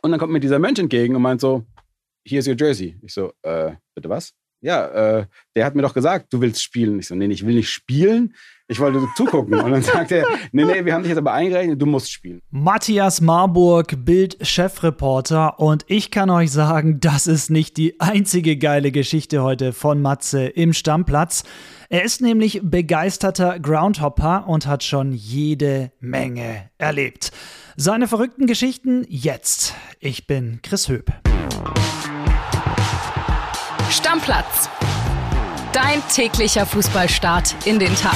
Und dann kommt mir dieser Mensch entgegen und meint so, hier ist Your Jersey. Ich so, bitte was? Ja, der hat mir doch gesagt, du willst spielen. Ich so, nee, ich will nicht spielen, ich wollte zugucken. Und dann sagt er, nee, wir haben dich jetzt aber eingerechnet, du musst spielen. Matthias Marburg, Bild-Chefreporter. Und ich kann euch sagen, das ist nicht die einzige geile Geschichte heute von Matze im Stammplatz. Er ist nämlich begeisterter Groundhopper und hat schon jede Menge erlebt. Seine verrückten Geschichten jetzt. Ich bin Chris Höp. Stammplatz. Dein täglicher Fußballstart in den Tag.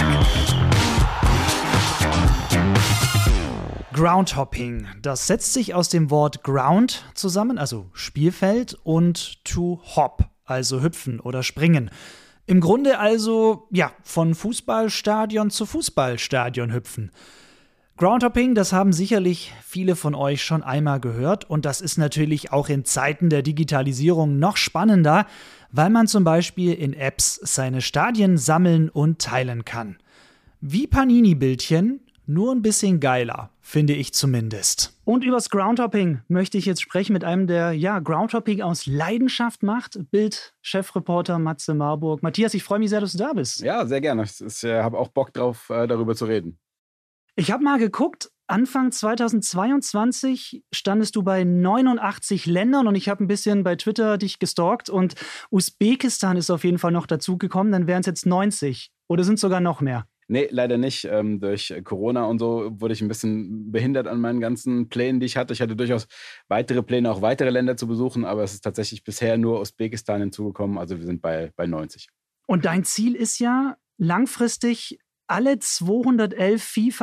Groundhopping, das setzt sich aus dem Wort Ground zusammen, also Spielfeld, und to hop, also hüpfen oder springen. Im Grunde also, ja, von Fußballstadion zu Fußballstadion hüpfen. Groundhopping, das haben sicherlich viele von euch schon einmal gehört und das ist natürlich auch in Zeiten der Digitalisierung noch spannender, weil man zum Beispiel in Apps seine Stadien sammeln und teilen kann. Wie Panini-Bildchen, nur ein bisschen geiler, finde ich zumindest. Und übers Groundhopping möchte ich jetzt sprechen mit einem, der Groundhopping aus Leidenschaft macht. Bild-Chefreporter Matze Marburg. Matthias, ich freue mich sehr, dass du da bist. Ja, sehr gerne. Ich habe auch Bock drauf, darüber zu reden. Ich habe mal geguckt, Anfang 2022 standest du bei 89 Ländern und ich habe ein bisschen bei Twitter dich gestalkt und Usbekistan ist auf jeden Fall noch dazugekommen, dann wären es jetzt 90 oder sind es sogar noch mehr? Nee, leider nicht. Durch Corona und so wurde ich ein bisschen behindert an meinen ganzen Plänen, die ich hatte. Ich hatte durchaus weitere Pläne, auch weitere Länder zu besuchen, aber es ist tatsächlich bisher nur Usbekistan hinzugekommen, also wir sind bei 90. Und dein Ziel ist ja langfristig alle 211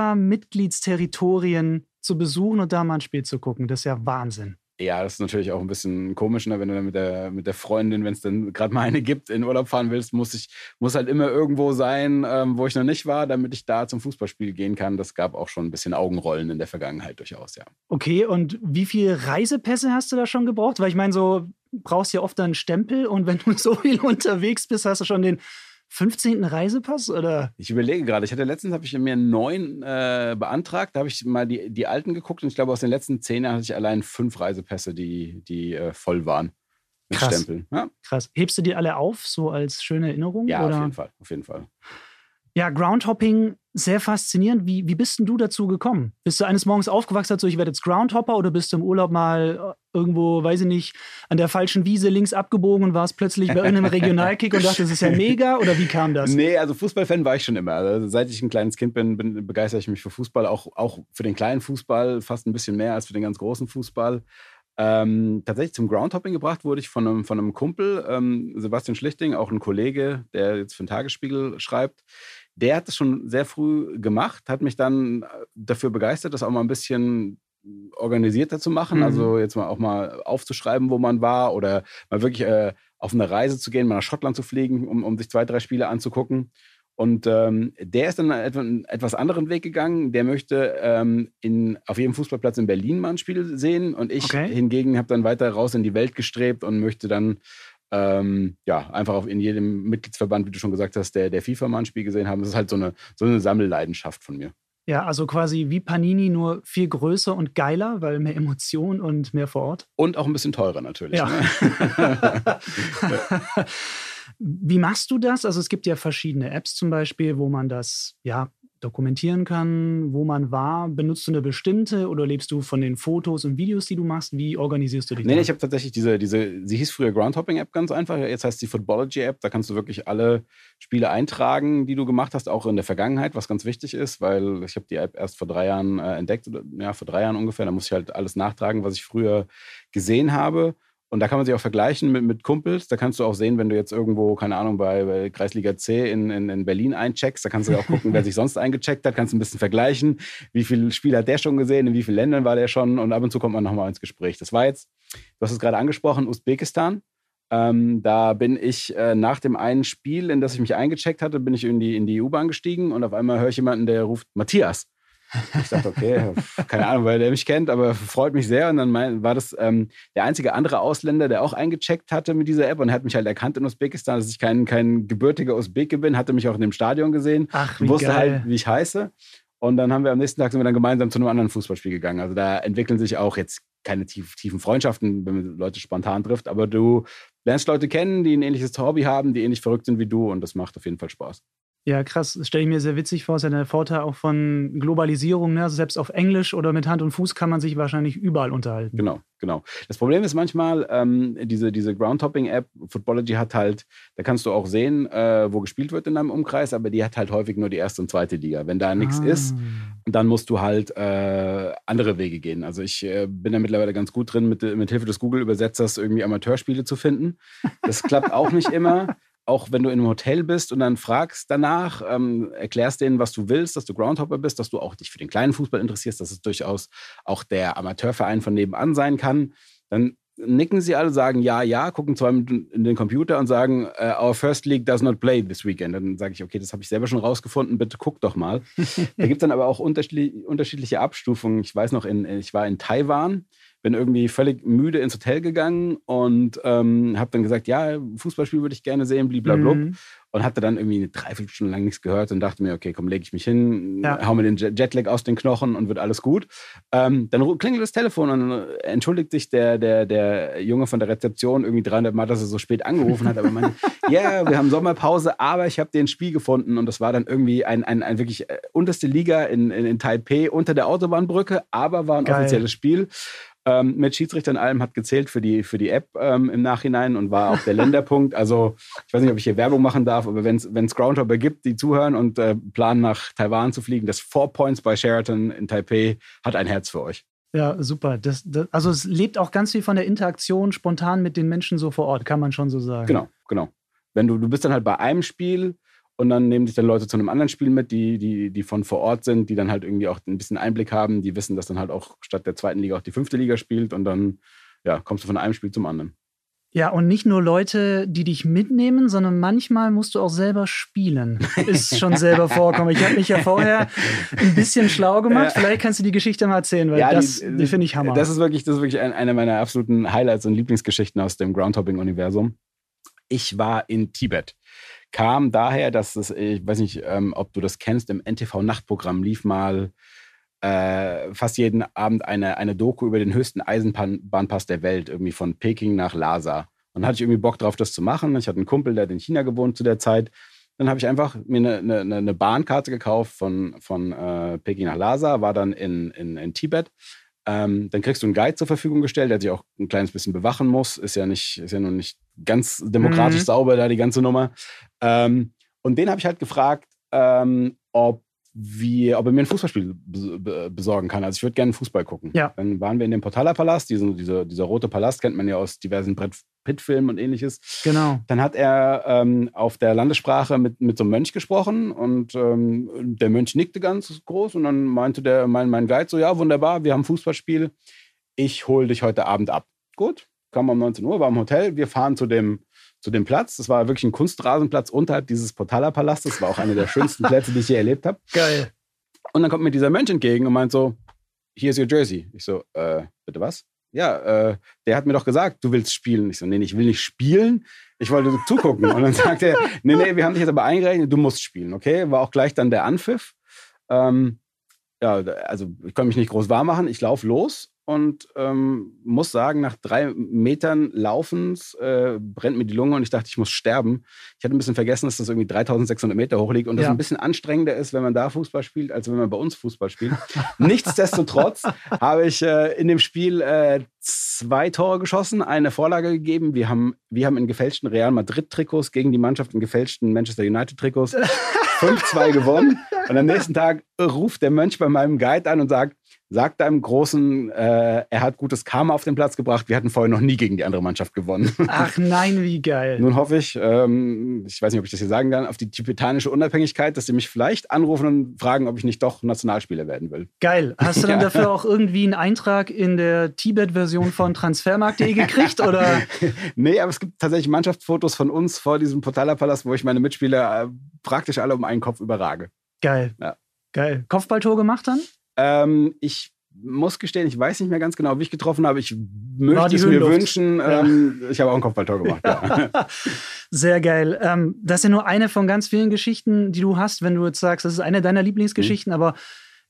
FIFA-Mitgliedsterritorien zu besuchen und da mal ein Spiel zu gucken. Das ist ja Wahnsinn. Ja, das ist natürlich auch ein bisschen komisch, ne? Wenn du dann mit der Freundin, wenn es dann gerade mal eine gibt, in Urlaub fahren willst, muss halt immer irgendwo sein, wo ich noch nicht war, damit ich da zum Fußballspiel gehen kann. Das gab auch schon ein bisschen Augenrollen in der Vergangenheit durchaus, ja. Okay, und wie viele Reisepässe hast du da schon gebraucht? Weil ich meine, so brauchst ja oft einen Stempel und wenn du so viel unterwegs bist, hast du schon den 15. Reisepass, oder? Ich überlege gerade, letztens habe ich mir einen neuen beantragt, da habe ich mal die alten geguckt und ich glaube, aus den letzten 10 Jahren hatte ich allein 5 Reisepässe, die voll waren mit Krass. Stempeln. Ja? Krass. Hebst du die alle auf, so als schöne Erinnerung? Ja, oder? Auf jeden Fall. Ja, Groundhopping, sehr faszinierend. Wie bist denn du dazu gekommen? Bist du eines Morgens aufgewacht, sagst du, ich werde jetzt Groundhopper oder bist du im Urlaub mal irgendwo, weiß ich nicht, an der falschen Wiese links abgebogen und warst plötzlich bei irgendeinem Regionalkick und dachtest, das ist ja mega? Oder wie kam das? Nee, also Fußballfan war ich schon immer. Also seit ich ein kleines Kind bin, begeistere ich mich für Fußball, auch für den kleinen Fußball, fast ein bisschen mehr als für den ganz großen Fußball. Tatsächlich zum Groundhopping gebracht wurde ich von einem Kumpel, Sebastian Schlichting, auch ein Kollege, der jetzt für den Tagesspiegel schreibt. Der hat das schon sehr früh gemacht, hat mich dann dafür begeistert, das auch mal ein bisschen organisierter zu machen. Also jetzt mal auch mal aufzuschreiben, wo man war oder mal wirklich auf eine Reise zu gehen, mal nach Schottland zu fliegen, um sich 2, 3 Spiele anzugucken. Und der ist dann einen etwas anderen Weg gegangen. Der möchte auf jedem Fußballplatz in Berlin mal ein Spiel sehen. Und ich hingegen habe dann weiter raus in die Welt gestrebt und möchte dann einfach in jedem Mitgliedsverband, wie du schon gesagt hast, der FIFA mal ein Spiel gesehen haben. Das ist halt so eine Sammelleidenschaft von mir. Ja, also quasi wie Panini, nur viel größer und geiler, weil mehr Emotion und mehr vor Ort. Und auch ein bisschen teurer natürlich. Ja. Ne? Wie machst du das? Also es gibt ja verschiedene Apps zum Beispiel, wo man das dokumentieren kann, wo man war. Benutzt du eine bestimmte oder lebst du von den Fotos und Videos, die du machst? Wie organisierst du dich? Nee, ich habe tatsächlich sie hieß früher Groundhopping-App ganz einfach. Jetzt heißt sie Footballogy-App. Da kannst du wirklich alle Spiele eintragen, die du gemacht hast, auch in der Vergangenheit, was ganz wichtig ist, weil ich habe die App erst vor 3 Jahren entdeckt, vor 3 Jahren ungefähr. Da muss ich halt alles nachtragen, was ich früher gesehen habe. Und da kann man sich auch vergleichen mit Kumpels. Da kannst du auch sehen, wenn du jetzt irgendwo, keine Ahnung, bei Kreisliga C in Berlin eincheckst, da kannst du auch gucken, wer sich sonst eingecheckt hat. Kannst ein bisschen vergleichen, wie viele Spiele hat der schon gesehen, in wie vielen Ländern war der schon. Und ab und zu kommt man nochmal ins Gespräch. Das war jetzt, du hast es gerade angesprochen, Usbekistan. Da bin ich nach dem einen Spiel, in das ich mich eingecheckt hatte, bin ich in die U-Bahn gestiegen und auf einmal höre ich jemanden, der ruft, Matthias. Ich dachte, okay, keine Ahnung, weil der mich kennt, aber freut mich sehr. Und dann war das der einzige andere Ausländer, der auch eingecheckt hatte mit dieser App und hat mich halt erkannt in Usbekistan, dass ich kein gebürtiger Usbeke bin, hatte mich auch in dem Stadion gesehen, wusste geil. halt, wie ich heiße. Und dann haben wir am nächsten Tag sind wir dann gemeinsam zu einem anderen Fußballspiel gegangen. Also da entwickeln sich auch jetzt keine tiefen Freundschaften, wenn man Leute spontan trifft, aber du lernst Leute kennen, die ein ähnliches Hobby haben, die ähnlich verrückt sind wie du und das macht auf jeden Fall Spaß. Ja, krass. Das stelle ich mir sehr witzig vor. Das ist ja der Vorteil auch von Globalisierung. Ne? Also selbst auf Englisch oder mit Hand und Fuß kann man sich wahrscheinlich überall unterhalten. Genau. Das Problem ist manchmal, diese Groundhopping-App, Footballogy hat halt, da kannst du auch sehen, wo gespielt wird in deinem Umkreis, aber die hat halt häufig nur die erste und zweite Liga. Wenn da nichts ist, dann musst du halt andere Wege gehen. Also ich bin da mittlerweile ganz gut drin, mit Hilfe des Google-Übersetzers irgendwie Amateurspiele zu finden. Das klappt auch nicht immer. Auch wenn du in einem Hotel bist und dann fragst danach, erklärst denen, was du willst, dass du Groundhopper bist, dass du auch dich für den kleinen Fußball interessierst, dass es durchaus auch der Amateurverein von nebenan sein kann, dann nicken sie alle, sagen ja, gucken zwar in den Computer und sagen, our first league does not play this weekend. Dann sage ich, okay, das habe ich selber schon rausgefunden, bitte guck doch mal. Da gibt es dann aber auch unterschiedliche Abstufungen. Ich weiß noch, ich war in Taiwan, bin irgendwie völlig müde ins Hotel gegangen und habe dann gesagt, ja, Fußballspiel würde ich gerne sehen, blablabla. Und hatte dann irgendwie eine Dreiviertelstunde lang nichts gehört und dachte mir, okay, komm, lege ich mich hin, hau mir den Jetlag aus den Knochen und wird alles gut. Dann klingelt das Telefon und entschuldigt sich der Junge von der Rezeption irgendwie 300 Mal, dass er so spät angerufen hat. Aber meinte, ja, wir haben Sommerpause, aber ich habe den Spiel gefunden und das war dann irgendwie ein wirklich unterste Liga in Taipei unter der Autobahnbrücke, aber war ein offizielles Spiel. Mit Schiedsrichter und allem, hat gezählt für die App im Nachhinein und war auch der Länderpunkt. Also ich weiß nicht, ob ich hier Werbung machen darf, aber wenn es Groundhopper gibt, die zuhören und planen nach Taiwan zu fliegen, das 4 Points bei Sheraton in Taipei hat ein Herz für euch. Ja, super. Also es lebt auch ganz viel von der Interaktion spontan mit den Menschen so vor Ort, kann man schon so sagen. Genau. Wenn du bist dann halt bei einem Spiel und dann nehmen dich dann Leute zu einem anderen Spiel mit, die von vor Ort sind, die dann halt irgendwie auch ein bisschen Einblick haben, die wissen, dass dann halt auch statt der 2. Liga auch die 5. Liga spielt und dann kommst du von einem Spiel zum anderen. Ja, und nicht nur Leute, die dich mitnehmen, sondern manchmal musst du auch selber spielen. Ist schon selber vorkommen. Ich habe mich ja vorher ein bisschen schlau gemacht. Vielleicht kannst du die Geschichte mal erzählen, weil die finde ich Hammer. Das ist wirklich eine meiner absoluten Highlights und Lieblingsgeschichten aus dem Groundhopping-Universum. Ich war in Tibet. Kam daher, dass es, ich weiß nicht, ob du das kennst, im NTV-Nachtprogramm lief mal fast jeden Abend eine Doku über den höchsten Eisenbahnpass der Welt, irgendwie von Peking nach Lhasa. Und dann hatte ich irgendwie Bock drauf, das zu machen. Ich hatte einen Kumpel, der hat in China gewohnt zu der Zeit. Dann habe ich einfach mir eine Bahnkarte gekauft von Peking nach Lhasa, war dann in Tibet. Dann kriegst du einen Guide zur Verfügung gestellt, der sich auch ein kleines bisschen bewachen muss. Ist ja nun nicht ganz demokratisch sauber da, die ganze Nummer. Und den habe ich halt gefragt, ob er mir ein Fußballspiel besorgen kann. Also ich würde gerne Fußball gucken. Ja. Dann waren wir in dem Portala-Palast. Dieser rote Palast kennt man ja aus diversen Brad Pitt-Filmen und ähnliches. Genau. Dann hat er auf der Landessprache mit so einem Mönch gesprochen und der Mönch nickte ganz groß und dann meinte mein Guide so, ja, wunderbar, wir haben ein Fußballspiel. Ich hole dich heute Abend ab. Gut, kam um 19 Uhr, war im Hotel. Wir fahren zu dem Platz. Das war wirklich ein Kunstrasenplatz unterhalb dieses Portala-Palastes. Das war auch einer der schönsten Plätze, die ich je erlebt habe. Geil. Und dann kommt mir dieser Mönch entgegen und meint so, here's your jersey. Ich so, bitte was? Ja, der hat mir doch gesagt, du willst spielen. Ich so, nee, ich will nicht spielen. Ich wollte zugucken. Und dann sagt er, nee, wir haben dich jetzt aber eingerechnet, du musst spielen, okay? War auch gleich dann der Anpfiff. Also ich konnte mich nicht groß warm machen. Ich laufe los und muss sagen, nach 3 Metern Laufens brennt mir die Lunge und ich dachte, ich muss sterben. Ich hatte ein bisschen vergessen, dass das irgendwie 3600 Meter hoch liegt und das ein bisschen anstrengender ist, wenn man da Fußball spielt, als wenn man bei uns Fußball spielt. Nichtsdestotrotz habe ich in dem Spiel 2 Tore geschossen, eine Vorlage gegeben. Wir haben in gefälschten Real Madrid-Trikots gegen die Mannschaft in gefälschten Manchester United-Trikots 5-2 gewonnen. Und am nächsten Tag ruft der Mönch bei meinem Guide an und sagt deinem Großen, er hat gutes Karma auf den Platz gebracht. Wir hatten vorher noch nie gegen die andere Mannschaft gewonnen. Ach nein, wie geil. Nun hoffe ich weiß nicht, ob ich das hier sagen kann, auf die tibetanische Unabhängigkeit, dass sie mich vielleicht anrufen und fragen, ob ich nicht doch Nationalspieler werden will. Geil. Hast du dann dafür auch irgendwie einen Eintrag in der Tibet-Version von transfermarkt.de gekriegt? Oder? Nee, aber es gibt tatsächlich Mannschaftsfotos von uns vor diesem Portala-Palast, wo ich meine Mitspieler praktisch alle um einen Kopf überrage. Geil. Ja. Geil. Kopfballtor gemacht dann? Ich muss gestehen, ich weiß nicht mehr ganz genau, wie ich getroffen habe. Ich möchte es mir wünschen. Ich habe auch ein Kopfballtor gemacht. Ja. Sehr geil. Das ist ja nur eine von ganz vielen Geschichten, die du hast, wenn du jetzt sagst, das ist eine deiner Lieblingsgeschichten, aber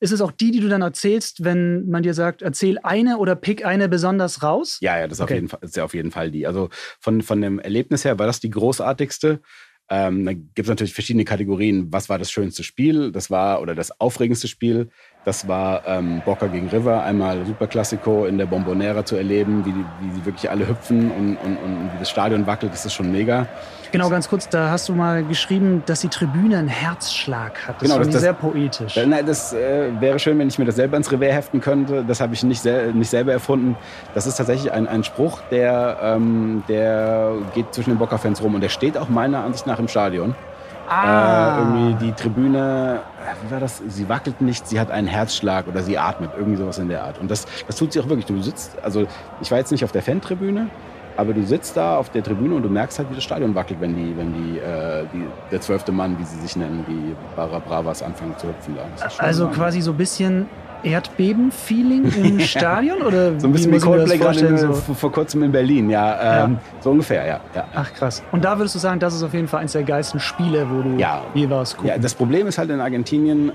ist es auch die du dann erzählst, wenn man dir sagt, erzähl eine oder pick eine besonders raus? Ja, das ist auf jeden Fall die. Also von dem Erlebnis her war das die großartigste. Da gibt es natürlich verschiedene Kategorien. Was war das schönste Spiel? Oder das aufregendste Spiel. Das war Boca gegen River, einmal Superclásico in der Bombonera zu erleben, wie sie wirklich alle hüpfen und wie das Stadion wackelt. Das ist schon mega. Genau, ganz kurz, da hast du mal geschrieben, dass die Tribüne einen Herzschlag hat. Das fand ich sehr poetisch. Nein, das wäre schön, wenn ich mir das selber ins Revers heften könnte. Das habe ich nicht selber erfunden. Das ist tatsächlich ein Spruch, der geht zwischen den Boca-Fans rum. Und der steht auch meiner Ansicht nach im Stadion. Irgendwie die Tribüne, wie war das? Sie wackelt nicht, sie hat einen Herzschlag oder sie atmet, irgendwie sowas in der Art. Und das tut sie auch wirklich. Du sitzt, also ich war jetzt nicht auf der Fantribüne, aber du sitzt da auf der Tribüne und du merkst halt, wie das Stadion wackelt, wenn der 12. Mann, wie sie sich nennen, die Barra Bravas anfangen zu hüpfen. Also quasi so ein bisschen Erdbeben-Feeling im Stadion? Oder so ein bisschen wie Coldplay gerade vor kurzem in Berlin, so ungefähr, ja. Ach krass. Und da würdest du sagen, das ist auf jeden Fall eines der geilsten Spiele, wo du jeweils guckst? Ja, das Problem ist halt in Argentinien,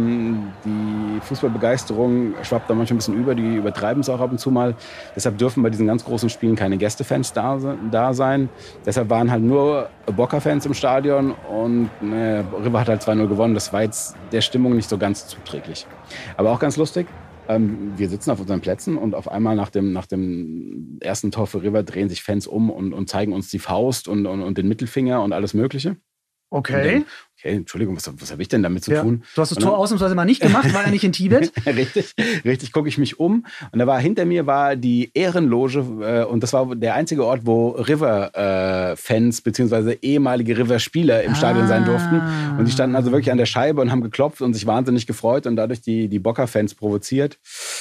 die Fußballbegeisterung schwappt da manchmal ein bisschen über, die übertreiben es auch ab und zu mal. Deshalb dürfen bei diesen ganz großen Spielen keine Gästefans da sein. Deshalb waren halt nur Boca-Fans im Stadion und River hat halt 2-0 gewonnen. Das war jetzt der Stimmung nicht so ganz zuträglich. Aber auch ganz lustig, wir sitzen auf unseren Plätzen und auf einmal nach dem ersten Tor für River drehen sich Fans um und zeigen uns die Faust und den Mittelfinger und alles Mögliche. Okay. Entschuldigung, was habe ich denn damit zu tun? Du hast das Tor ausnahmsweise mal nicht gemacht, war ja nicht in Tibet. Richtig, gucke ich mich um. Und hinter mir war die Ehrenloge und das war der einzige Ort, wo River-Fans bzw. ehemalige River-Spieler im Stadion sein durften. Und die standen also wirklich an der Scheibe und haben geklopft und sich wahnsinnig gefreut und dadurch die Boca-Fans provoziert.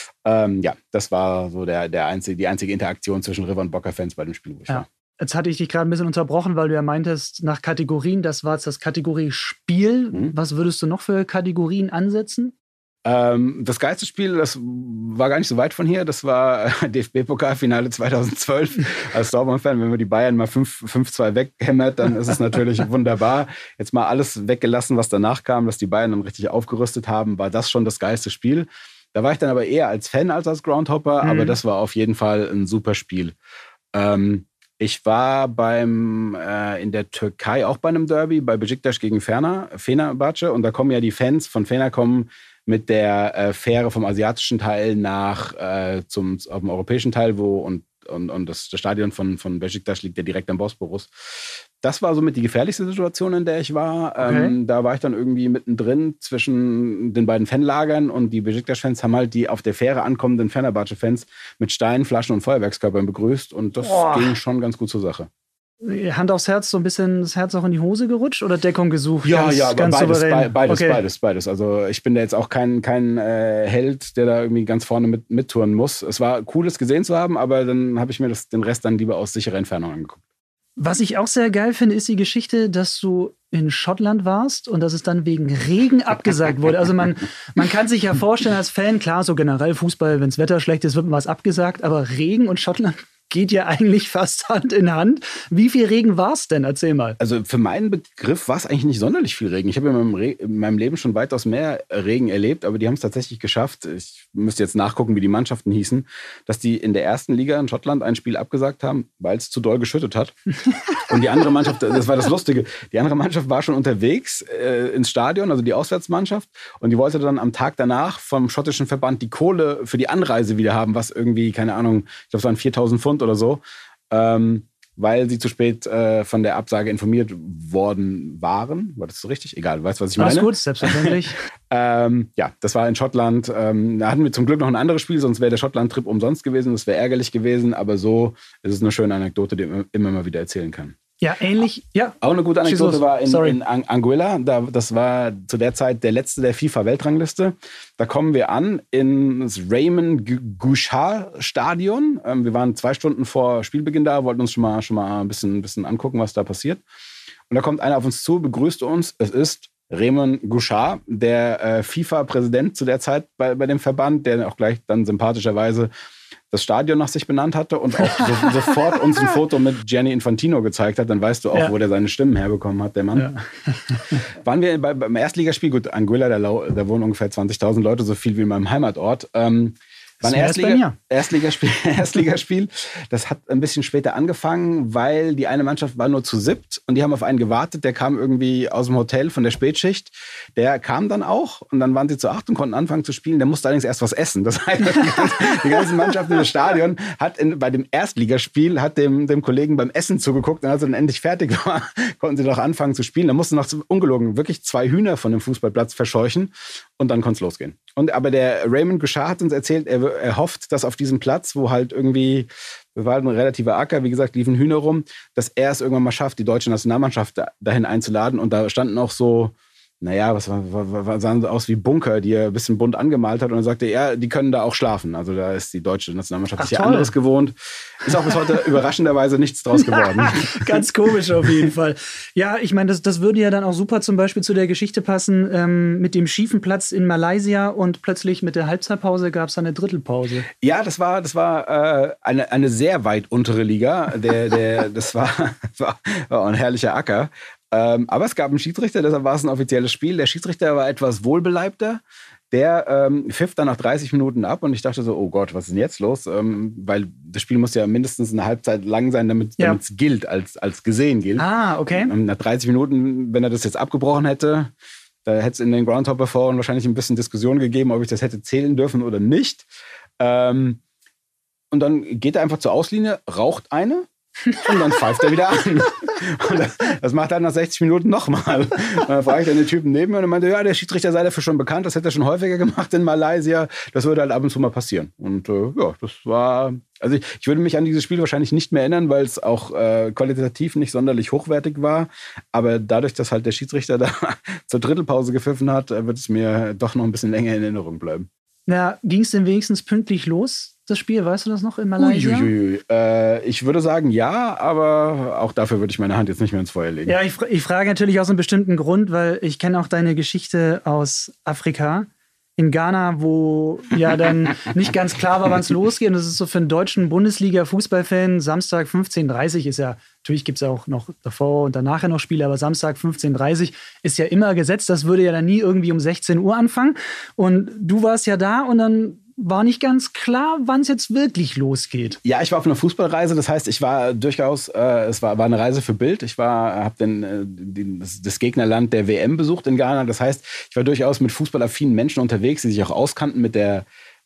Das war so die einzige Interaktion zwischen River und Boca-Fans bei dem Spiel, wo ich war. Jetzt hatte ich dich gerade ein bisschen unterbrochen, weil du ja meintest, nach Kategorien, das war jetzt das Kategorie Spiel. Was würdest du noch für Kategorien ansetzen? Das geilste Spiel, das war gar nicht so weit von hier, das war DFB-Pokalfinale 2012. Als Dortmund-Fan, wenn wir die Bayern mal 5-2 weghämmert, dann ist es natürlich wunderbar. Jetzt mal alles weggelassen, was danach kam, dass die Bayern dann richtig aufgerüstet haben, war das schon das geilste Spiel. Da war ich dann aber eher als Fan als Groundhopper, aber das war auf jeden Fall ein super Spiel. Ich war in der Türkei auch bei einem Derby, bei Beşiktaş gegen Fenerbahçe. Und da kommen ja die Fans von Fener kommen mit der Fähre vom asiatischen Teil auf dem europäischen Teil, und das Stadion von Beşiktaş liegt ja direkt am Bosporus. Das war somit die gefährlichste Situation, in der ich war. Okay. Da war ich dann irgendwie mittendrin zwischen den beiden Fanlagern und die Beşiktaş-Fans haben halt die auf der Fähre ankommenden Fenerbahçe-Fans mit Steinen, Flaschen und Feuerwerkskörpern begrüßt und das ging schon ganz gut zur Sache. Hand aufs Herz, so ein bisschen das Herz auch in die Hose gerutscht oder Deckung gesucht? Ganz beides. Also ich bin da jetzt auch kein Held, der da irgendwie ganz vorne mittouren muss. Es war cool, es gesehen zu haben, aber dann habe ich mir den Rest dann lieber aus sicherer Entfernung angeguckt. Was ich auch sehr geil finde, ist die Geschichte, dass du in Schottland warst und dass es dann wegen Regen abgesagt wurde. Also man kann sich ja vorstellen als Fan, klar, so generell Fußball, wenn das Wetter schlecht ist, wird mal was abgesagt, aber Regen und Schottland geht ja eigentlich fast Hand in Hand. Wie viel Regen war es denn? Erzähl mal. Also für meinen Begriff war es eigentlich nicht sonderlich viel Regen. Ich habe in meinem Leben schon weitaus mehr Regen erlebt, aber die haben es tatsächlich geschafft. Ich müsste jetzt nachgucken, wie die Mannschaften hießen, dass die in der ersten Liga in Schottland ein Spiel abgesagt haben, weil es zu doll geschüttet hat. Und die andere Mannschaft, das war das Lustige, die andere Mannschaft war schon unterwegs ins Stadion, also die Auswärtsmannschaft, und die wollte dann am Tag danach vom schottischen Verband die Kohle für die Anreise wieder haben, was irgendwie, keine Ahnung, ich glaube, es waren 4.000 Pfund oder so, weil sie zu spät von der Absage informiert worden waren. War das so richtig? Egal, du weißt, was ich meine. Alles gut, selbstverständlich. Das war in Schottland. Da hatten wir zum Glück noch ein anderes Spiel, sonst wäre der Schottland-Trip umsonst gewesen. Das wäre ärgerlich gewesen, aber so ist es eine schöne Anekdote, die man immer mal wieder erzählen kann. Ja, ähnlich. Ja. Auch eine gute Anekdote war in Anguilla. Das war zu der Zeit der letzte der FIFA-Weltrangliste. Da kommen wir an ins Raymond Gouchard-Stadion. Wir waren 2 Stunden vor Spielbeginn da, wollten uns schon mal ein bisschen angucken, was da passiert. Und da kommt einer auf uns zu, begrüßt uns. Es ist Raymond Gouchard, der FIFA-Präsident zu der Zeit bei dem Verband, der auch gleich dann sympathischerweise das Stadion nach sich benannt hatte und auch sofort uns ein Foto mit Gianni Infantino gezeigt hat. Dann weißt du auch, wo der seine Stimmen herbekommen hat, der Mann. Ja. Waren wir beim Erstligaspiel, gut, Anguilla, da wohnen ungefähr 20.000 Leute, so viel wie in meinem Heimatort. War ein Erstligaspiel. Das hat ein bisschen später angefangen, weil die eine Mannschaft war nur zu siebt und die haben auf einen gewartet. Der kam irgendwie aus dem Hotel von der Spätschicht. Der kam dann auch und dann waren sie zu acht und konnten anfangen zu spielen. Der musste allerdings erst was essen. Das heißt, die ganze Mannschaft im Stadion hat bei dem Erstligaspiel hat dem Kollegen beim Essen zugeguckt. Und als er dann endlich fertig war, konnten sie doch anfangen zu spielen. Da mussten noch ungelogen wirklich 2 Hühner von dem Fußballplatz verscheuchen und dann konnte es losgehen. Aber der Raymond Gouchard hat uns erzählt, er hofft, dass auf diesem Platz, wo halt irgendwie, war ein relativer Acker, wie gesagt, liefen Hühner rum, dass er es irgendwann mal schafft, die deutsche Nationalmannschaft dahin einzuladen. Und da standen auch so, sahen so aus wie Bunker, die er ein bisschen bunt angemalt hat. Und er sagte, ja, die können da auch schlafen. Also da ist die deutsche Nationalmannschaft sicher anderes gewohnt. Ist auch bis heute überraschenderweise nichts draus geworden. Ganz komisch auf jeden Fall. Ja, ich meine, das würde ja dann auch super zum Beispiel zu der Geschichte passen, mit dem schiefen Platz in Malaysia und plötzlich mit der Halbzeitpause gab es eine Drittelpause. Ja, das war eine sehr weit untere Liga. Das war ein herrlicher Acker. Aber es gab einen Schiedsrichter, deshalb war es ein offizielles Spiel. Der Schiedsrichter war etwas wohlbeleibter. Der pfiff dann nach 30 Minuten ab und ich dachte so, oh Gott, was ist denn jetzt los? Weil das Spiel muss ja mindestens eine Halbzeit lang sein, damit es gilt, als gesehen gilt. Ah, okay. Nach 30 Minuten, wenn er das jetzt abgebrochen hätte, da hätte es in den Groundhopper-Foren wahrscheinlich ein bisschen Diskussion gegeben, ob ich das hätte zählen dürfen oder nicht. Und dann geht er einfach zur Auslinie, raucht eine. Und dann pfeift er wieder an. Und das macht er nach 60 Minuten nochmal. Und dann frage ich dann den Typen neben mir und er meinte, ja, der Schiedsrichter sei dafür schon bekannt, das hätte er schon häufiger gemacht in Malaysia. Das würde halt ab und zu mal passieren. Und das war, also ich würde mich an dieses Spiel wahrscheinlich nicht mehr erinnern, weil es auch qualitativ nicht sonderlich hochwertig war. Aber dadurch, dass halt der Schiedsrichter da zur Drittelpause gepfiffen hat, wird es mir doch noch ein bisschen länger in Erinnerung bleiben. Na, ging es denn wenigstens pünktlich los, das Spiel? Weißt du das noch in Malaysia? Ich würde sagen, ja, aber auch dafür würde ich meine Hand jetzt nicht mehr ins Feuer legen. Ja, ich frage natürlich aus einem bestimmten Grund, weil ich kenne auch deine Geschichte aus Afrika. In Ghana, wo ja dann nicht ganz klar war, wann es losgeht. Und das ist so für einen deutschen Bundesliga-Fußballfan, Samstag 15:30 ist ja, natürlich gibt es ja auch noch davor und danach noch Spiele, aber Samstag 15:30 ist ja immer gesetzt. Das würde ja dann nie irgendwie um 16 Uhr anfangen. Und du warst ja da und dann war nicht ganz klar, wann es jetzt wirklich losgeht. Ja, ich war auf einer Fußballreise, das heißt, ich war durchaus, es war eine Reise für Bild. Ich habe das Gegnerland der WM besucht in Ghana. Das heißt, ich war durchaus mit fußballaffinen Menschen unterwegs, die sich auch auskannten mit der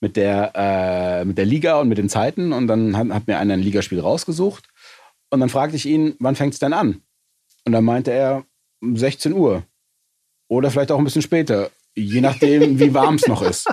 Liga und mit den Zeiten. Und dann hat mir einer ein Ligaspiel rausgesucht. Und dann fragte ich ihn, wann fängt es denn an? Und dann meinte er, 16 Uhr. Oder vielleicht auch ein bisschen später. Je nachdem, wie warm es noch ist.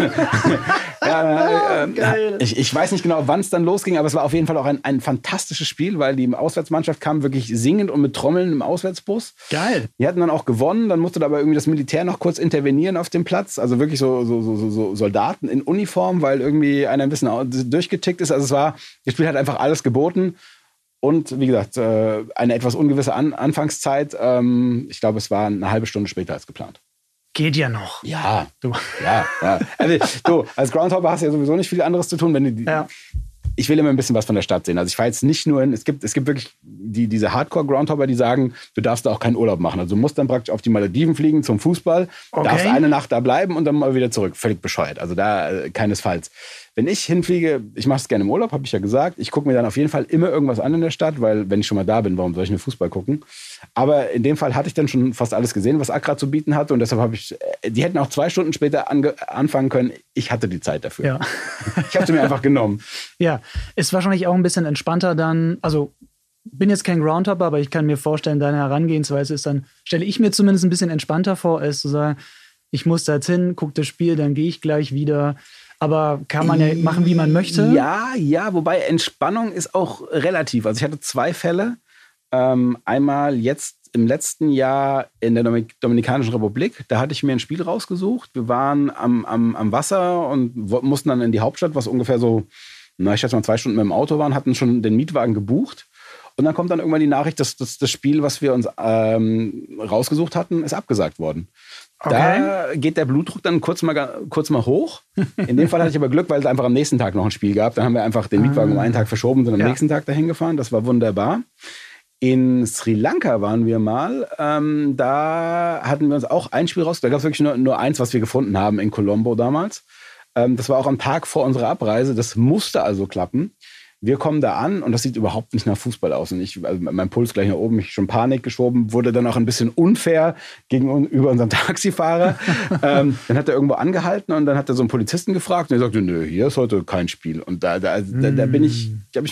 Ich weiß nicht genau, wann es dann losging, aber es war auf jeden Fall auch ein fantastisches Spiel, weil die Auswärtsmannschaft kam wirklich singend und mit Trommeln im Auswärtsbus. Geil. Die hatten dann auch gewonnen, dann musste da aber irgendwie das Militär noch kurz intervenieren auf dem Platz. Also wirklich so Soldaten in Uniform, weil irgendwie einer ein bisschen durchgetickt ist. Also das Spiel hat einfach alles geboten. Und wie gesagt, eine etwas ungewisse Anfangszeit. Ich glaube, es war eine halbe Stunde später als geplant. Geht ja noch. Ja. Also, du, als Groundhopper hast du ja sowieso nicht viel anderes zu tun, wenn du ich will immer ein bisschen was von der Stadt sehen. Also ich fahre jetzt nicht nur es gibt wirklich diese Hardcore-Groundhopper, die sagen, du darfst da auch keinen Urlaub machen. Also du musst dann praktisch auf die Malediven fliegen zum Fußball, darfst eine Nacht da bleiben und dann mal wieder zurück. Völlig bescheuert. Also da keinesfalls. Wenn ich hinfliege, ich mache es gerne im Urlaub, habe ich ja gesagt. Ich gucke mir dann auf jeden Fall immer irgendwas an in der Stadt, weil wenn ich schon mal da bin, warum soll ich nur Fußball gucken? Aber in dem Fall hatte ich dann schon fast alles gesehen, was Accra zu bieten hatte. Und deshalb die hätten auch 2 Stunden später anfangen können. Ich hatte die Zeit dafür. Ja. Ich habe sie mir einfach genommen. Ja, ist wahrscheinlich auch ein bisschen entspannter dann. Also bin jetzt kein Groundhopper, aber ich kann mir vorstellen, deine Herangehensweise ist dann, stelle ich mir zumindest ein bisschen entspannter vor, als zu sagen, ich muss da jetzt hin, gucke das Spiel, dann gehe ich gleich wieder. Aber kann man ja machen, wie man möchte. Ja, wobei Entspannung ist auch relativ. Also ich hatte 2 Fälle. Einmal jetzt im letzten Jahr in der Dominikanischen Republik. Da hatte ich mir ein Spiel rausgesucht. Wir waren am Wasser und mussten dann in die Hauptstadt, was ungefähr so, ich schätze mal 2 Stunden mit dem Auto waren, hatten schon den Mietwagen gebucht. Und dann kommt dann irgendwann die Nachricht, dass das Spiel, was wir uns rausgesucht hatten, ist abgesagt worden. Okay. Da geht der Blutdruck dann kurz mal hoch. In dem Fall hatte ich aber Glück, weil es einfach am nächsten Tag noch ein Spiel gab. Dann haben wir einfach den Mietwagen um einen Tag verschoben und sind am nächsten Tag dahin gefahren. Das war wunderbar. In Sri Lanka waren wir mal. Da hatten wir uns auch ein Spiel raus. Da gab es wirklich nur eins, was wir gefunden haben in Colombo damals. Das war auch am Tag vor unserer Abreise. Das musste also klappen. Wir kommen da an und das sieht überhaupt nicht nach Fußball aus. Und mein Puls gleich nach oben, ich schon Panik geschoben, wurde dann auch ein bisschen unfair gegenüber unserem Taxifahrer. Dann hat er irgendwo angehalten und dann hat er so einen Polizisten gefragt und er sagte, nö, hier ist heute kein Spiel. Und da bin ich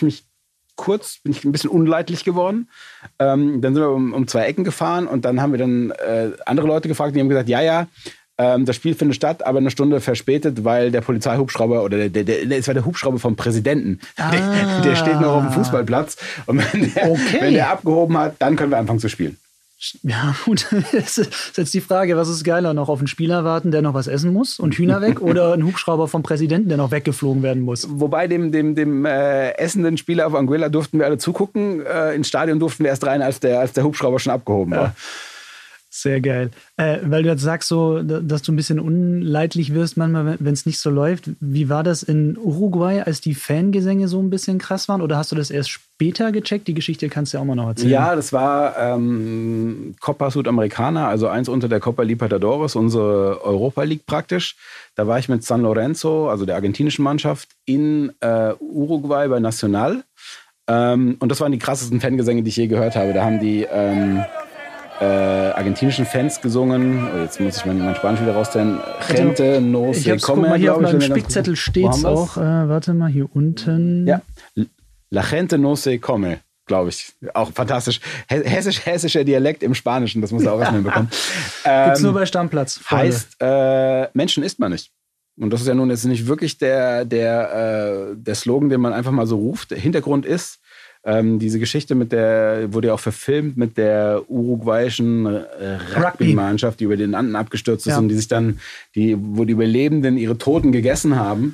ein bisschen unleidlich geworden. Dann sind wir um 2 Ecken gefahren und dann haben wir dann andere Leute gefragt, die haben gesagt, ja, das Spiel findet statt, aber eine Stunde verspätet, weil der Polizeihubschrauber oder es war der Hubschrauber vom Präsidenten. Der steht noch auf dem Fußballplatz. Und wenn der abgehoben hat, dann können wir anfangen zu spielen. Ja, gut. Das ist jetzt die Frage, was ist geiler? Noch auf einen Spieler warten, der noch was essen muss und Hühner weg oder ein Hubschrauber vom Präsidenten, der noch weggeflogen werden muss? Wobei dem essenden Spieler auf Anguilla durften wir alle zugucken. Ins Stadion durften wir erst rein, als der Hubschrauber schon abgehoben war. Ja. Sehr geil. Weil du jetzt sagst, so, dass du ein bisschen unleidlich wirst manchmal, wenn es nicht so läuft. Wie war das in Uruguay, als die Fangesänge so ein bisschen krass waren? Oder hast du das erst später gecheckt? Die Geschichte kannst du ja auch mal noch erzählen. Ja, das war Copa Sudamericana, also eins unter der Copa Libertadores, unsere Europa League praktisch. Da war ich mit San Lorenzo, also der argentinischen Mannschaft, in Uruguay bei Nacional. Und das waren die krassesten Fangesänge, die ich je gehört habe. Da haben die argentinischen Fans gesungen. Jetzt muss ich mein Spanisch wieder rausteilen. Gente no se come. Guck mal, hier auf meinem Spickzettel steht es auch. Warte mal, hier unten. Ja, La gente no se come, glaube ich. Auch fantastisch. Hessischer Dialekt im Spanischen, das muss er auch erstmal hinbekommen. Gibt's nur bei Stammplatz. Heißt, Menschen isst man nicht. Und das ist ja nun jetzt nicht wirklich der Slogan, den man einfach mal so ruft. Der Hintergrund ist, diese Geschichte wurde ja auch verfilmt mit der uruguayischen Rugby-Mannschaft, die über den Anden abgestürzt ist und wo die Überlebenden ihre Toten gegessen haben,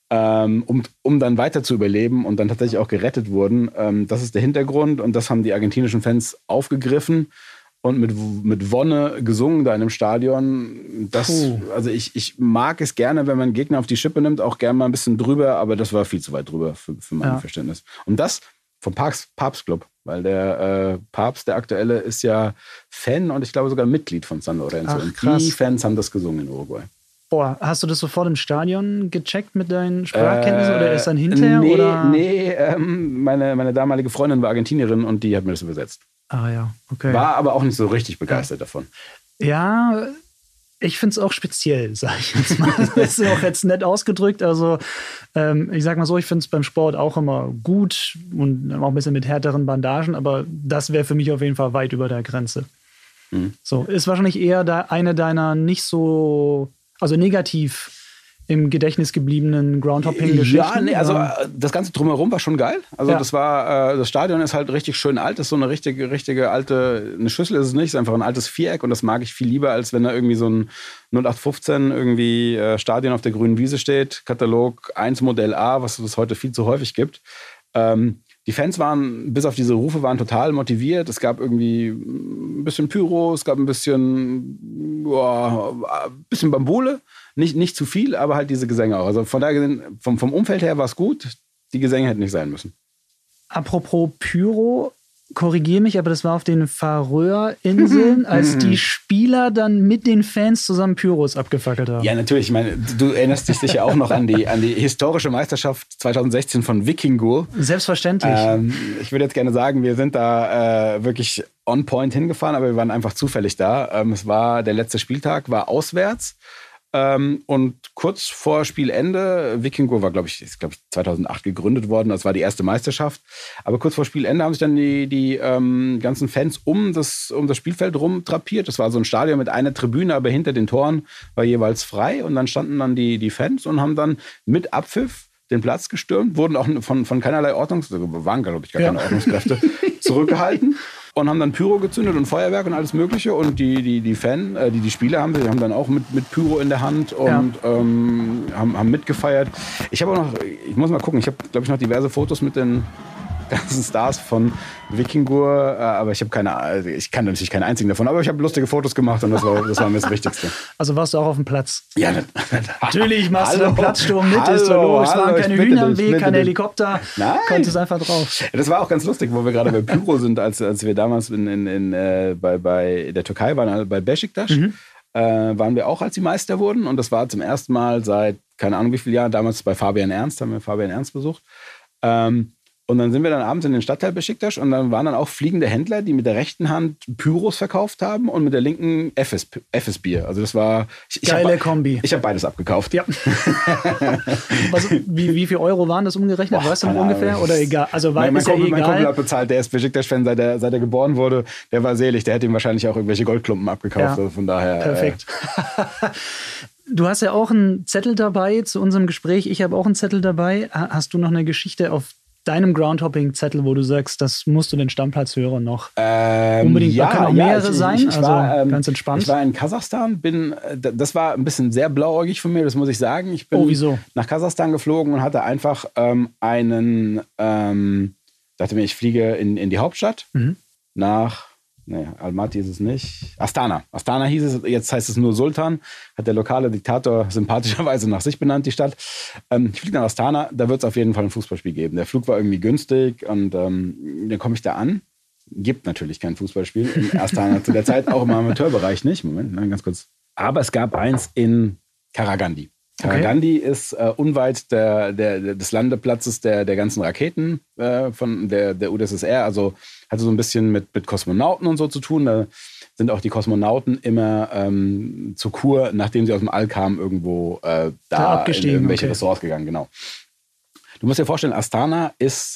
um dann weiter zu überleben und dann tatsächlich auch gerettet wurden. Das ist der Hintergrund und das haben die argentinischen Fans aufgegriffen und mit Wonne gesungen da in einem Stadion. Also ich mag es gerne, wenn man Gegner auf die Schippe nimmt, auch gerne mal ein bisschen drüber, aber das war viel zu weit drüber für mein Verständnis. Und das vom Papstclub, weil der Papst, der aktuelle, ist ja Fan und ich glaube sogar Mitglied von San Lorenzo. Ach, und krass. Die Fans haben das gesungen in Uruguay. Boah, hast du das sofort im Stadion gecheckt mit deinen Sprachkenntnissen oder erst dann hinterher? Nee, meine damalige Freundin war Argentinierin und die hat mir das übersetzt. Ah ja, okay. War aber auch nicht so richtig begeistert davon. Ja, ich finde es auch speziell, sage ich jetzt mal. Das ist auch jetzt nett ausgedrückt. Also ich sag mal so, ich finde es beim Sport auch immer gut und auch ein bisschen mit härteren Bandagen, aber das wäre für mich auf jeden Fall weit über der Grenze. So, ist wahrscheinlich eher eine deiner nicht so, also negativ im Gedächtnis gebliebenen Groundhopping-Geschichten. Ja, nee, also das Ganze drumherum war schon geil. Also das war, das Stadion ist halt richtig schön alt. Das ist so eine richtige alte, eine Schüssel ist es nicht, ist einfach ein altes Viereck und das mag ich viel lieber, als wenn da irgendwie so ein 0815 irgendwie Stadion auf der grünen Wiese steht, Katalog 1 Modell A, was es heute viel zu häufig gibt. Die Fans waren, bis auf diese Rufe, waren total motiviert. Es gab irgendwie ein bisschen Pyro, es gab ein bisschen Bambule. Nicht zu viel, aber halt diese Gesänge auch. Also von daher, vom Umfeld her war es gut. Die Gesänge hätten nicht sein müssen. Apropos Pyro, korrigiere mich, aber das war auf den Färöerinseln, als die Spieler dann mit den Fans zusammen Pyros abgefackelt haben. Ja, natürlich. Ich meine, du erinnerst dich sicher auch noch an die historische Meisterschaft 2016 von Vikingur. Selbstverständlich. Ich würde jetzt gerne sagen, wir sind da wirklich on point hingefahren, aber wir waren einfach zufällig da. Es war der letzte Spieltag, war auswärts. Und kurz vor Spielende, Vikingur war, glaube ich, 2008 gegründet worden, das war die erste Meisterschaft. Aber kurz vor Spielende haben sich dann die ganzen Fans um das Spielfeld rum drapiert. Das war so ein Stadion mit einer Tribüne, aber hinter den Toren war jeweils frei. Und dann standen dann die Fans und haben dann mit Abpfiff den Platz gestürmt, wurden auch von keinerlei waren, glaube ich, gar keine Ordnungskräfte, zurückgehalten. Und haben dann Pyro gezündet und Feuerwerk und alles Mögliche. Und die Spieler haben dann auch mit Pyro in der Hand und haben mitgefeiert. Ich muss mal gucken, ich habe, glaube ich, noch diverse Fotos mit den ganzen Stars von Vikingur, aber ich kann natürlich keinen einzigen davon, aber ich habe lustige Fotos gemacht und das war mir das Wichtigste. Also warst du auch auf dem Platz? Ja, natürlich machst du den Platzsturm mit, ist doch logisch. Es waren keine Hühner im Weg, kein Helikopter, konntest einfach drauf. Das war auch ganz lustig, wo wir gerade bei Pyro sind, als wir damals bei der Türkei waren, bei Beşiktaş, waren wir auch, als die Meister wurden und das war zum ersten Mal seit, keine Ahnung wie vielen Jahren, damals bei Fabian Ernst, haben wir Fabian Ernst besucht. Und dann sind wir dann abends in den Stadtteil Beşiktaş und dann waren dann auch fliegende Händler, die mit der rechten Hand Pyros verkauft haben und mit der linken Bier. Also das war... Geile Kombi. Ich habe beides abgekauft. Ja. Also, wie viel Euro waren das umgerechnet? Weißt du noch ungefähr? Oder egal? Also mein Kumpel hat bezahlt, der ist Beşiktaş-Fan, seit er geboren wurde. Der war selig, der hätte ihm wahrscheinlich auch irgendwelche Goldklumpen abgekauft. Ja. Also von daher... Perfekt. Du hast ja auch einen Zettel dabei zu unserem Gespräch. Ich habe auch einen Zettel dabei. Hast du noch eine Geschichte auf deinem Groundhopping-Zettel, wo du sagst, das musst du den Stammplatzhörern noch unbedingt, da können auch mehrere sein, ich war, ganz entspannt. Ich war in Kasachstan, das war ein bisschen sehr blauäugig von mir, das muss ich sagen. Ich bin wieso? Nach Kasachstan geflogen und hatte einfach dachte mir, ich fliege in die Hauptstadt nach... Nee, Almaty ist es nicht. Astana. Astana hieß es, jetzt heißt es nur Sultan. Hat der lokale Diktator sympathischerweise nach sich benannt, die Stadt. Ich fliege nach Astana, da wird es auf jeden Fall ein Fußballspiel geben. Der Flug war irgendwie günstig und dann komme ich da an. Gibt natürlich kein Fußballspiel in Astana. Zu der Zeit auch im Amateurbereich nicht. Moment, ganz kurz. Aber es gab eins in Karagandi. Karagandi ist unweit des Landeplatzes der ganzen Raketen von der UdSSR, also hatte so ein bisschen mit Kosmonauten und so zu tun. Da sind auch die Kosmonauten immer zur Kur, nachdem sie aus dem All kamen, irgendwo da abgestiegen, in irgendwelche Ressorts gegangen. Genau. Du musst dir vorstellen, Astana ist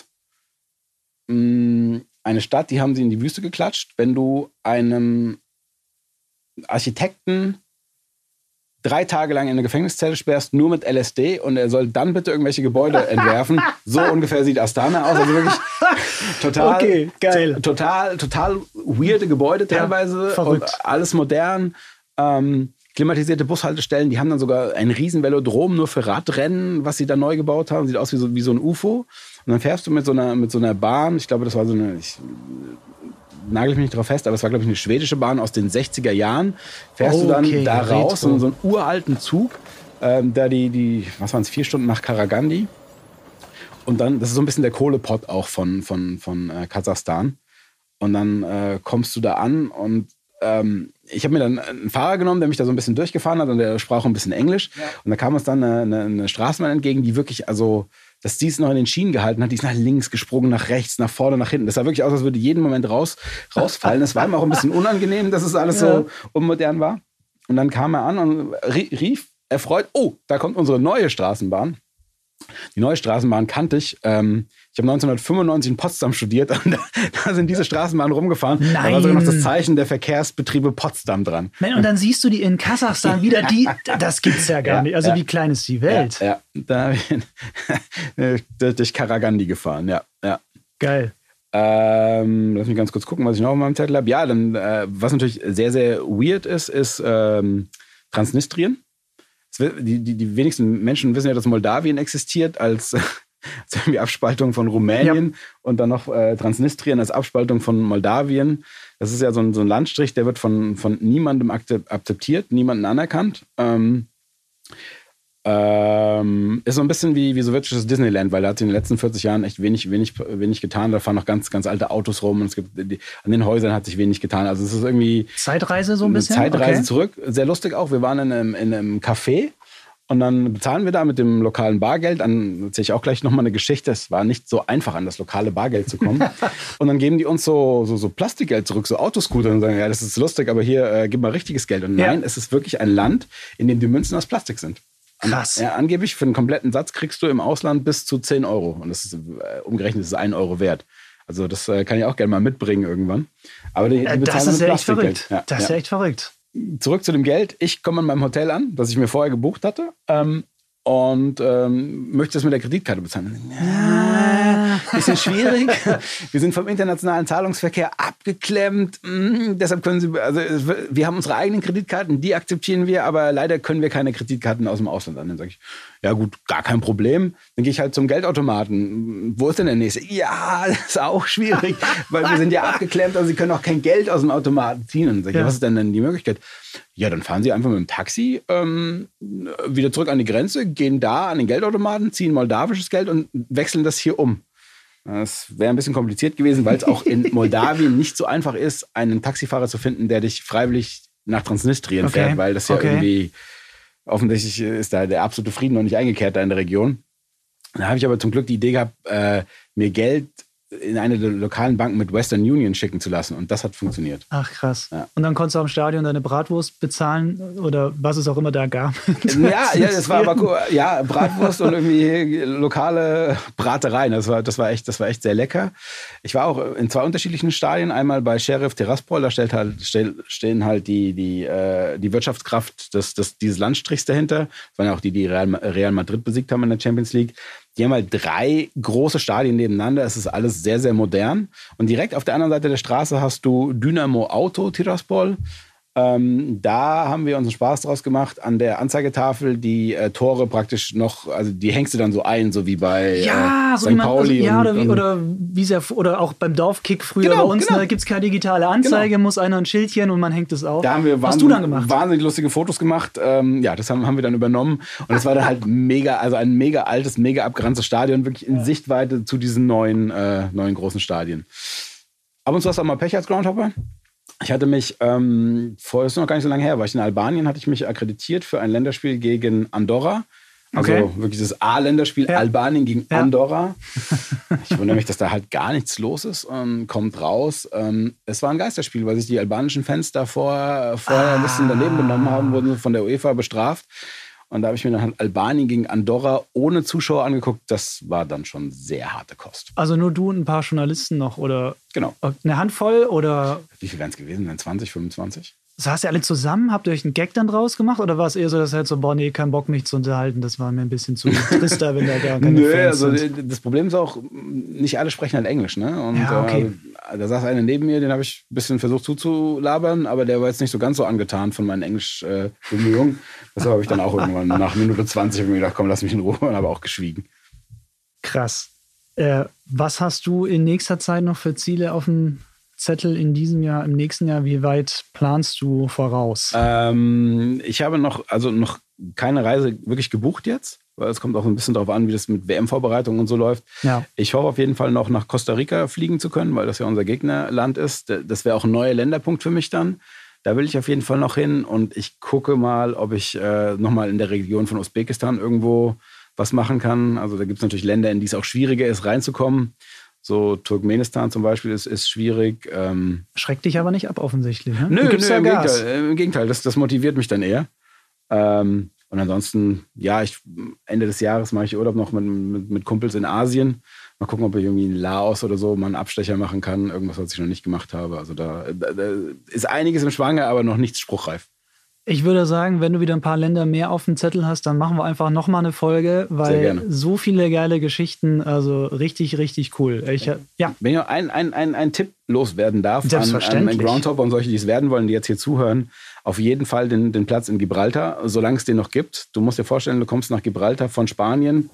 eine Stadt, die haben sie in die Wüste geklatscht. Wenn du einem Architekten 3 Tage lang in eine Gefängniszelle sperrst, nur mit LSD und er soll dann bitte irgendwelche Gebäude entwerfen. So ungefähr sieht Astana aus. Also wirklich total, geil. Total weirde Gebäude teilweise. Ja, und alles modern. Klimatisierte Bushaltestellen. Die haben dann sogar ein riesen Velodrom nur für Radrennen, was sie da neu gebaut haben. Sieht aus wie so ein UFO. Und dann fährst du mit so einer Bahn. Ich glaube, das war so eine... nagel ich mich nicht drauf fest, aber es war, glaube ich, eine schwedische Bahn aus den 60er Jahren. Fährst du dann da raus in so einen uralten Zug, da die was waren es, 4 Stunden nach Karagandi. Und dann, das ist so ein bisschen der Kohlepott auch von Kasachstan. Und dann kommst du da an und ich habe mir dann einen Fahrer genommen, der mich da so ein bisschen durchgefahren hat und der sprach auch ein bisschen Englisch. Ja. Und da kam uns dann eine Straßenbahn entgegen, die wirklich, also, dass die es noch in den Schienen gehalten hat, die ist nach links gesprungen, nach rechts, nach vorne, nach hinten. Das sah wirklich aus, als würde jeden Moment rausfallen. Das war ihm auch ein bisschen unangenehm, dass es alles so unmodern war. Und dann kam er an und rief erfreut, oh, da kommt unsere neue Straßenbahn. Die neue Straßenbahn kannte ich. Ich habe 1995 in Potsdam studiert und da sind diese Straßenbahnen rumgefahren. Nein. Da war sogar noch das Zeichen der Verkehrsbetriebe Potsdam dran. Und dann siehst du die in Kasachstan wieder, das gibt's ja gar nicht. Also wie klein ist die Welt? Ja. Da bin ich durch Karagandi gefahren, ja. Geil. Lass mich ganz kurz gucken, was ich noch auf meinem Zettel habe. Ja, dann, was natürlich sehr, sehr weird ist Transnistrien. Die wenigsten Menschen wissen ja, dass Moldawien existiert als irgendwie Abspaltung von Rumänien und dann noch Transnistrien als Abspaltung von Moldawien. Das ist ja so ein Landstrich, der wird von niemandem akzeptiert, niemandem anerkannt. Ist so ein bisschen wie sowjetisches Disneyland, weil da hat sich in den letzten 40 Jahren echt wenig getan. Da fahren noch ganz, ganz alte Autos rum und es gibt an den Häusern hat sich wenig getan. Also es ist irgendwie Zeitreise so ein bisschen? Zeitreise zurück. Sehr lustig auch. Wir waren in einem Café und dann bezahlen wir da mit dem lokalen Bargeld. Dann erzähle ich auch gleich nochmal eine Geschichte. Es war nicht so einfach, an das lokale Bargeld zu kommen. Und dann geben die uns so Plastikgeld zurück, so Autoscooter und sagen, ja, das ist lustig, aber hier gib mal richtiges Geld. Und nein, es ist wirklich ein Land, in dem die Münzen aus Plastik sind. Krass. Ja, angeblich für einen kompletten Satz kriegst du im Ausland bis zu 10 Euro. Und das ist umgerechnet ist 1 Euro wert. Also das kann ich auch gerne mal mitbringen irgendwann. Aber die bezahlen das ist mit ja echt verrückt. Ja, das ist ja echt verrückt. Zurück zu dem Geld. Ich komme an meinem Hotel an, das ich mir vorher gebucht hatte. Und möchte das mit der Kreditkarte bezahlen. bisschen schwierig. Wir sind vom internationalen Zahlungsverkehr abgeklemmt. Deshalb können Sie, also wir haben unsere eigenen Kreditkarten, die akzeptieren wir, aber leider können wir keine Kreditkarten aus dem Ausland annehmen. Dann sage ich, ja gut, gar kein Problem. Dann gehe ich halt zum Geldautomaten. Wo ist denn der nächste? Ja, das ist auch schwierig, weil wir sind ja abgeklemmt, also Sie können auch kein Geld aus dem Automaten ziehen. Und dann sage ich, was ist denn die Möglichkeit? Ja, dann fahren Sie einfach mit dem Taxi wieder zurück an die Grenze, gehen da an den Geldautomaten, ziehen moldawisches Geld und wechseln das hier um. Das wäre ein bisschen kompliziert gewesen, weil es auch in Moldawien nicht so einfach ist, einen Taxifahrer zu finden, der dich freiwillig nach Transnistrien fährt, weil das ja irgendwie, offensichtlich ist da der absolute Frieden noch nicht eingekehrt da in der Region. Da habe ich aber zum Glück die Idee gehabt, mir Geld in eine der lokalen Banken mit Western Union schicken zu lassen. Und das hat funktioniert. Ach, krass. Ja. Und dann konntest du am Stadion deine Bratwurst bezahlen oder was es auch immer da gab. Ja, das war aber cool. Ja, Bratwurst und irgendwie lokale Bratereien. Das war echt sehr lecker. Ich war auch in 2 unterschiedlichen Stadien. Einmal bei Sheriff Tiraspol, da stehen halt die Wirtschaftskraft dieses Landstrichs dahinter. Das waren ja auch die Real Madrid besiegt haben in der Champions League. Die haben halt 3 große Stadien nebeneinander. Es ist alles sehr, sehr modern. Und direkt auf der anderen Seite der Straße hast du Dynamo Auto Tiraspol. Da haben wir uns einen Spaß draus gemacht. An der Anzeigetafel die Tore praktisch noch, also die hängst du dann so ein, so wie bei so St. Pauli. Oder auch beim Dorfkick früher bei uns, da gibt es keine digitale Anzeige, muss einer ein Schildchen und man hängt es auf. Da haben wir wahnsinnig lustige Fotos gemacht. Das haben wir dann übernommen. Und es war dann halt ein mega altes, mega abgeranztes Stadion, wirklich in Sichtweite zu diesen neuen großen Stadien. Ab und zu hast du auch mal Pech als Groundhopper. Ich hatte mich, das ist noch gar nicht so lange her, war ich in Albanien, hatte ich mich akkreditiert für ein Länderspiel gegen Andorra. Also wirklich das A-Länderspiel Albanien gegen Andorra. Ich wundere mich, dass da halt gar nichts los ist und kommt raus. Es war ein Geisterspiel, weil sich die albanischen Fans da vorher ein bisschen daneben genommen haben, wurden von der UEFA bestraft. Und da habe ich mir dann halt Albanien gegen Andorra ohne Zuschauer angeguckt. Das war dann schon sehr harte Kost. Also nur du und ein paar Journalisten noch, oder? Genau. Eine Handvoll, oder? Wie viel wären es gewesen? 20, 25? Saßt ihr alle zusammen? Habt ihr euch einen Gag dann draus gemacht? Oder war es eher so, dass ihr halt so, nee, kein Bock, mich zu unterhalten? Das war mir ein bisschen zu trister, wenn da gar keine Fans sind. Das Problem ist auch, nicht alle sprechen halt Englisch, ne? Und da saß einer neben mir, den habe ich ein bisschen versucht zuzulabern, aber der war jetzt nicht so ganz so angetan von meinen Englisch-Bemühungen. Deshalb habe ich dann auch irgendwann nach Minute 20 mir gedacht, komm, lass mich in Ruhe, und habe auch geschwiegen. Krass. Was hast du in nächster Zeit noch für Ziele auf dem Zettel in diesem Jahr, im nächsten Jahr? Wie weit planst du voraus? Ich habe noch keine Reise wirklich gebucht jetzt, weil es kommt auch ein bisschen darauf an, wie das mit WM-Vorbereitungen und so läuft. Ja. Ich hoffe auf jeden Fall noch nach Costa Rica fliegen zu können, weil das ja unser Gegnerland ist. Das wäre auch ein neuer Länderpunkt für mich dann. Da will ich auf jeden Fall noch hin, und ich gucke mal, ob ich nochmal in der Region von Usbekistan irgendwo was machen kann. Also da gibt es natürlich Länder, in die es auch schwieriger ist, reinzukommen. So Turkmenistan zum Beispiel ist schwierig. Schreckt dich aber nicht ab, offensichtlich. Ne? Nö, im Gegenteil. Das motiviert mich dann eher. Und ansonsten, Ende des Jahres mache ich Urlaub noch mit Kumpels in Asien. Mal gucken, ob ich irgendwie in Laos oder so mal einen Abstecher machen kann. Irgendwas, was ich noch nicht gemacht habe. Also da ist einiges im Schwange, aber noch nichts spruchreif. Ich würde sagen, wenn du wieder ein paar Länder mehr auf dem Zettel hast, dann machen wir einfach nochmal eine Folge, weil so viele geile Geschichten, also richtig, richtig cool. Wenn ich noch einen Tipp loswerden darf an Groundhopper und solche, die es werden wollen, die jetzt hier zuhören, auf jeden Fall den Platz in Gibraltar, solange es den noch gibt. Du musst dir vorstellen, du kommst nach Gibraltar von Spanien.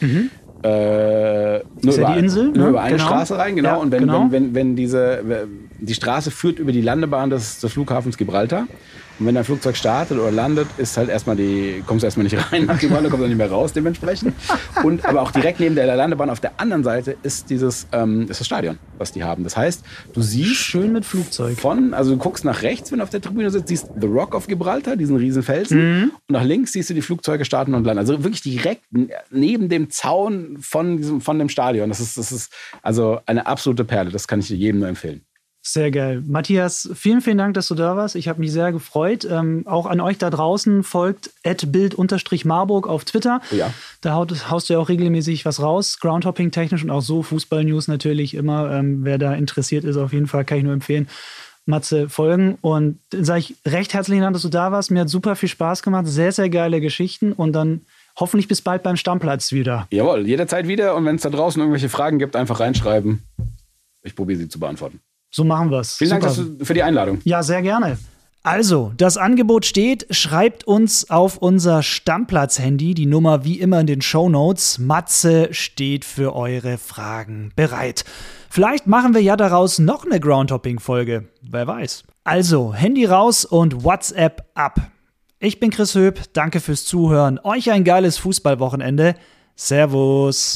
Nur über die Insel, nur über eine Straße rein, genau. Und wenn die Straße führt über die Landebahn des Flughafens Gibraltar. Und wenn dein Flugzeug startet oder landet, ist halt kommst du erstmal nicht rein nach Gibraltar, kommst du nicht mehr raus dementsprechend. Aber auch direkt neben der Landebahn auf der anderen Seite ist ist das Stadion, was die haben. Das heißt, du siehst schön mit Flugzeug. Also du guckst nach rechts, wenn du auf der Tribüne sitzt, siehst The Rock of Gibraltar, diesen riesen Felsen. Und nach links siehst du die Flugzeuge starten und landen. Also wirklich direkt neben dem Zaun von dem Stadion. Das ist also eine absolute Perle. Das kann ich dir jedem nur empfehlen. Sehr geil. Matthias, vielen, vielen Dank, dass du da warst. Ich habe mich sehr gefreut. Auch an euch da draußen, folgt @bild_Marburg auf Twitter. Ja. Da haust du ja auch regelmäßig was raus, Groundhopping-technisch und auch so, Fußball-News natürlich immer. Wer da interessiert ist, auf jeden Fall, kann ich nur empfehlen, Matze folgen. Und dann sage ich recht herzlichen Dank, dass du da warst. Mir hat super viel Spaß gemacht. Sehr, sehr geile Geschichten. Und dann hoffentlich bis bald beim Stammplatz wieder. Jawohl, jederzeit wieder. Und wenn es da draußen irgendwelche Fragen gibt, einfach reinschreiben. Ich probiere sie zu beantworten. So machen wir es. Vielen Dank für die Einladung. Ja, sehr gerne. Also, das Angebot steht, schreibt uns auf unser Stammplatz-Handy, die Nummer wie immer in den Shownotes. Matze steht für eure Fragen bereit. Vielleicht machen wir ja daraus noch eine Groundhopping-Folge, wer weiß. Also, Handy raus und WhatsApp ab. Ich bin Chris Höp, danke fürs Zuhören. Euch ein geiles Fußballwochenende. Servus.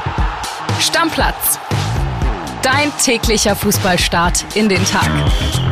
Stammplatz. Dein täglicher Fußballstart in den Tag.